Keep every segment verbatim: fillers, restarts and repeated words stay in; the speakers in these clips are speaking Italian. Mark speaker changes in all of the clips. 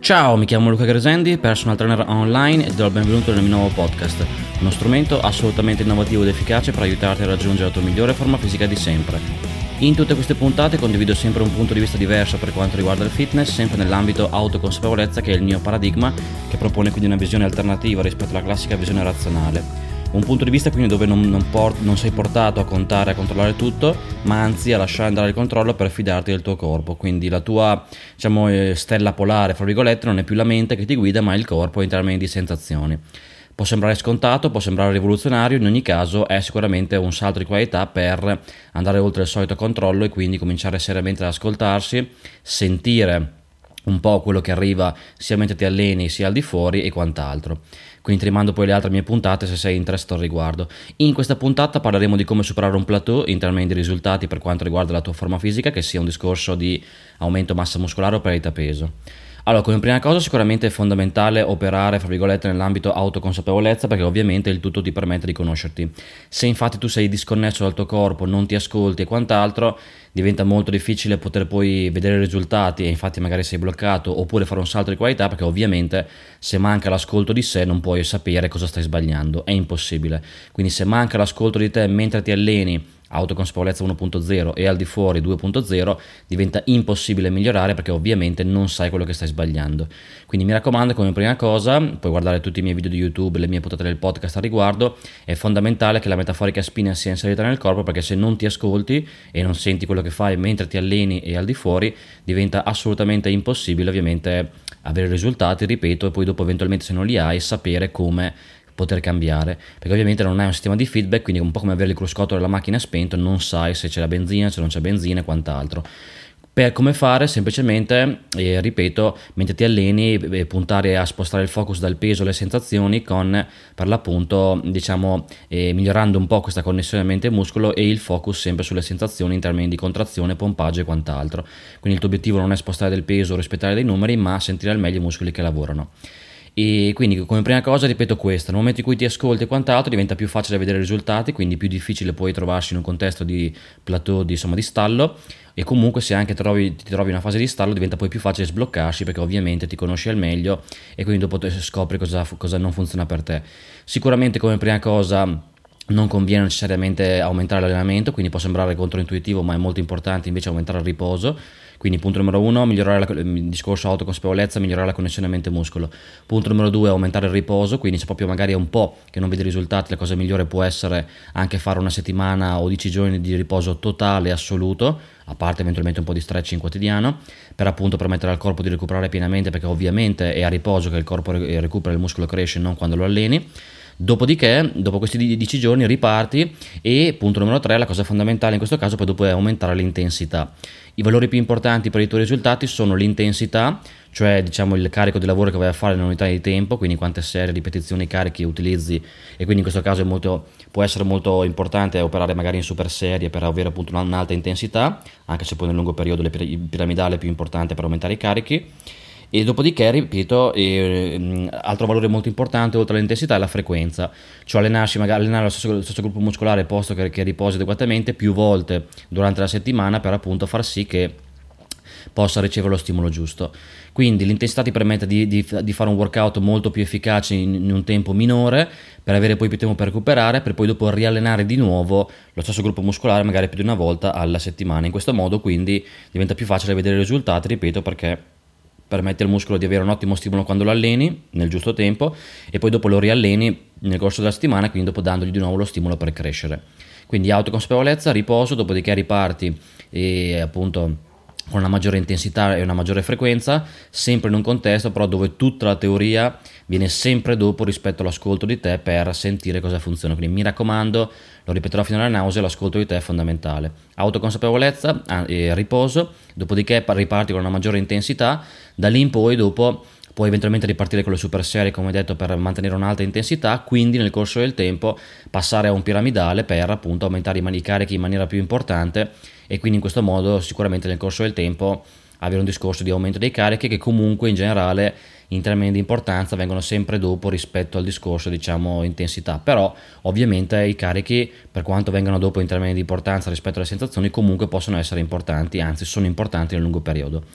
Speaker 1: Ciao, mi chiamo Luca Gresendi, personal trainer online e ti do il benvenuto nel mio nuovo podcast, uno strumento assolutamente innovativo ed efficace per aiutarti a raggiungere la tua migliore forma fisica di sempre. In tutte queste puntate condivido sempre un punto di vista diverso per quanto riguarda il fitness, sempre nell'ambito autoconsapevolezza, che è il mio paradigma, che propone quindi una visione alternativa rispetto alla classica visione razionale. Un punto di vista quindi dove non, non, port- non sei portato a contare, a controllare tutto, ma anzi a lasciare andare il controllo per fidarti del tuo corpo. Quindi la tua, diciamo, eh, stella polare, fra virgolette, non è più la mente che ti guida, ma il corpo in termini di sensazioni. Può sembrare scontato, può sembrare rivoluzionario, in ogni caso è sicuramente un salto di qualità per andare oltre il solito controllo e quindi cominciare seriamente ad ascoltarsi, sentire un po' quello che arriva sia mentre ti alleni sia al di fuori e quant'altro. Quindi ti rimando poi le altre mie puntate se sei interessato al riguardo. In questa puntata parleremo di come superare un plateau in termini di risultati per quanto riguarda la tua forma fisica, che sia un discorso di aumento massa muscolare o perdita peso. Allora, come prima cosa sicuramente è fondamentale operare, fra virgolette, nell'ambito autoconsapevolezza, perché ovviamente il tutto ti permette di conoscerti. Se infatti tu sei disconnesso dal tuo corpo, non ti ascolti e quant'altro, diventa molto difficile poter poi vedere i risultati e infatti magari sei bloccato, oppure fare un salto di qualità, perché ovviamente se manca l'ascolto di sé non puoi sapere cosa stai sbagliando, è impossibile. Quindi se manca l'ascolto di te mentre ti alleni, autoconsapevolezza uno punto zero e al di fuori due punto zero, diventa impossibile migliorare perché ovviamente non sai quello che stai sbagliando. Quindi mi raccomando, come prima cosa, puoi guardare tutti i miei video di YouTube, le mie puntate del podcast a riguardo, è fondamentale che la metaforica spina sia inserita nel corpo, perché se non ti ascolti e non senti quello che fai mentre ti alleni e al di fuori, diventa assolutamente impossibile ovviamente avere risultati, ripeto, e poi dopo eventualmente se non li hai sapere come poter cambiare, perché ovviamente non hai un sistema di feedback, quindi è un po' come avere il cruscotto della macchina spento, non sai se c'è la benzina, se non c'è benzina e quant'altro. Per come fare? Semplicemente, eh, ripeto, mentre ti alleni, eh, puntare a spostare il focus dal peso alle sensazioni con, per l'appunto, diciamo, eh, migliorando un po' questa connessione mente-muscolo e il focus sempre sulle sensazioni in termini di contrazione, pompaggio e quant'altro. Quindi il tuo obiettivo non è spostare del peso o rispettare dei numeri, ma sentire al meglio i muscoli che lavorano. E quindi come prima cosa ripeto questo: nel momento in cui ti ascolti e quant'altro diventa più facile vedere i risultati, quindi più difficile poi trovarsi in un contesto di plateau, di, insomma, di stallo, e comunque se anche trovi, ti trovi in una fase di stallo diventa poi più facile sbloccarsi, perché ovviamente ti conosci al meglio e quindi dopo scopri cosa, cosa non funziona per te. Sicuramente come prima cosa non conviene necessariamente aumentare l'allenamento, quindi può sembrare controintuitivo, ma è molto importante invece aumentare il riposo. Quindi punto numero uno, migliorare la, il discorso autoconsapevolezza, migliorare la connessione mente-muscolo. Punto numero due, aumentare il riposo, quindi se proprio magari è un po' che non vedi risultati, la cosa migliore può essere anche fare una settimana o dieci giorni di riposo totale assoluto, a parte eventualmente un po' di stretching quotidiano, per appunto permettere al corpo di recuperare pienamente, perché ovviamente è a riposo che il corpo recupera, il muscolo cresce, non quando lo alleni. Dopodiché, dopo questi dieci giorni riparti e punto numero tre, la cosa fondamentale in questo caso poi dopo è aumentare l'intensità. I valori più importanti per i tuoi risultati sono l'intensità, cioè diciamo il carico di lavoro che vai a fare in unità di tempo, quindi quante serie, ripetizioni, carichi utilizzi, e quindi in questo caso è molto, può essere molto importante operare magari in super serie per avere appunto un'alta intensità, anche se poi nel lungo periodo il piramidale è più importante per aumentare i carichi. E dopodiché, ripeto, eh, altro valore molto importante oltre all'intensità è la frequenza, cioè allenarsi, magari allenare lo stesso, lo stesso gruppo muscolare posto che, che riposi adeguatamente più volte durante la settimana per appunto far sì che possa ricevere lo stimolo giusto. Quindi l'intensità ti permette di, di, di fare un workout molto più efficace in, in un tempo minore, per avere poi più tempo per recuperare, per poi dopo riallenare di nuovo lo stesso gruppo muscolare magari più di una volta alla settimana. In questo modo quindi diventa più facile vedere i risultati, ripeto, perché permette al muscolo di avere un ottimo stimolo quando lo alleni nel giusto tempo e poi dopo lo rialleni nel corso della settimana, quindi dopo dandogli di nuovo lo stimolo per crescere. Quindi autoconsapevolezza, riposo, dopodiché riparti e appunto con una maggiore intensità e una maggiore frequenza, sempre in un contesto però dove tutta la teoria viene sempre dopo rispetto all'ascolto di te per sentire cosa funziona. Quindi mi raccomando, lo ripeterò fino alla nausea, l'ascolto di te è fondamentale. Autoconsapevolezza e riposo, dopodiché riparti con una maggiore intensità, da lì in poi dopo puoi eventualmente ripartire con le super serie, come detto, per mantenere un'alta intensità, quindi nel corso del tempo passare a un piramidale per appunto aumentare i carichi in maniera più importante, e quindi in questo modo sicuramente nel corso del tempo avere un discorso di aumento dei carichi che comunque in generale in termini di importanza vengono sempre dopo rispetto al discorso diciamo intensità, però ovviamente i carichi per quanto vengano dopo in termini di importanza rispetto alle sensazioni comunque possono essere importanti, anzi sono importanti nel lungo periodo.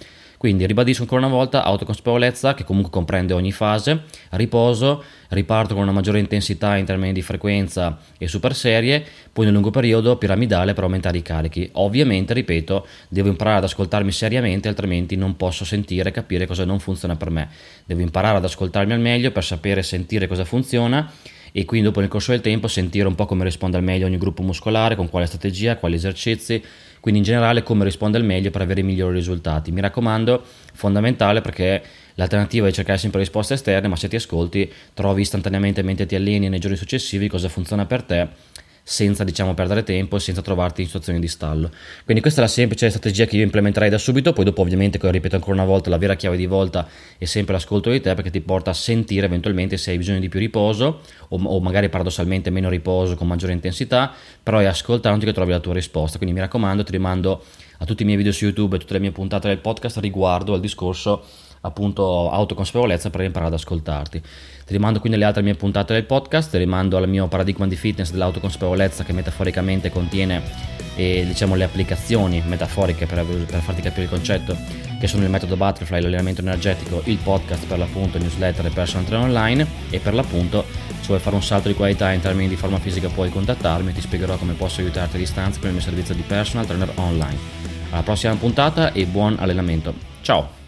Speaker 1: Quindi ribadisco ancora una volta: autoconsapevolezza, che comunque comprende ogni fase, riposo, riparto con una maggiore intensità in termini di frequenza e super serie, poi nel lungo periodo piramidale per aumentare i carichi. Ovviamente, ripeto, devo imparare ad ascoltarmi seriamente, altrimenti non posso sentire e capire cosa non funziona per me. Devo imparare ad ascoltarmi al meglio per sapere e sentire cosa funziona, e quindi dopo nel corso del tempo sentire un po' come risponde al meglio ogni gruppo muscolare, con quale strategia, quali esercizi, quindi in generale come risponde al meglio per avere i migliori risultati. Mi raccomando, fondamentale, perché l'alternativa è cercare sempre risposte esterne, ma se ti ascolti trovi istantaneamente mentre ti alleni nei giorni successivi cosa funziona per te, senza diciamo perdere tempo e senza trovarti in situazioni di stallo. Quindi questa è la semplice strategia che io implementerei da subito. Poi dopo ovviamente, come ripeto ancora una volta, la vera chiave di volta è sempre l'ascolto di te, perché ti porta a sentire eventualmente se hai bisogno di più riposo o, o magari paradossalmente meno riposo con maggiore intensità, però è ascoltando che trovi la tua risposta. Quindi mi raccomando, ti rimando a tutti i miei video su YouTube e tutte le mie puntate del podcast riguardo al discorso appunto autoconsapevolezza per imparare ad ascoltarti. Ti rimando quindi alle altre mie puntate del podcast, ti rimando al mio paradigma di fitness dell'autoconsapevolezza, che metaforicamente contiene eh, diciamo le applicazioni metaforiche per, per farti capire il concetto, che sono il metodo Butterfly, l'allenamento energetico, il podcast per l'appunto, newsletter e personal trainer online. E per l'appunto, se vuoi fare un salto di qualità in termini di forma fisica, puoi contattarmi e ti spiegherò come posso aiutarti a distanza con il mio servizio di personal trainer online. Alla prossima puntata e buon allenamento. Ciao!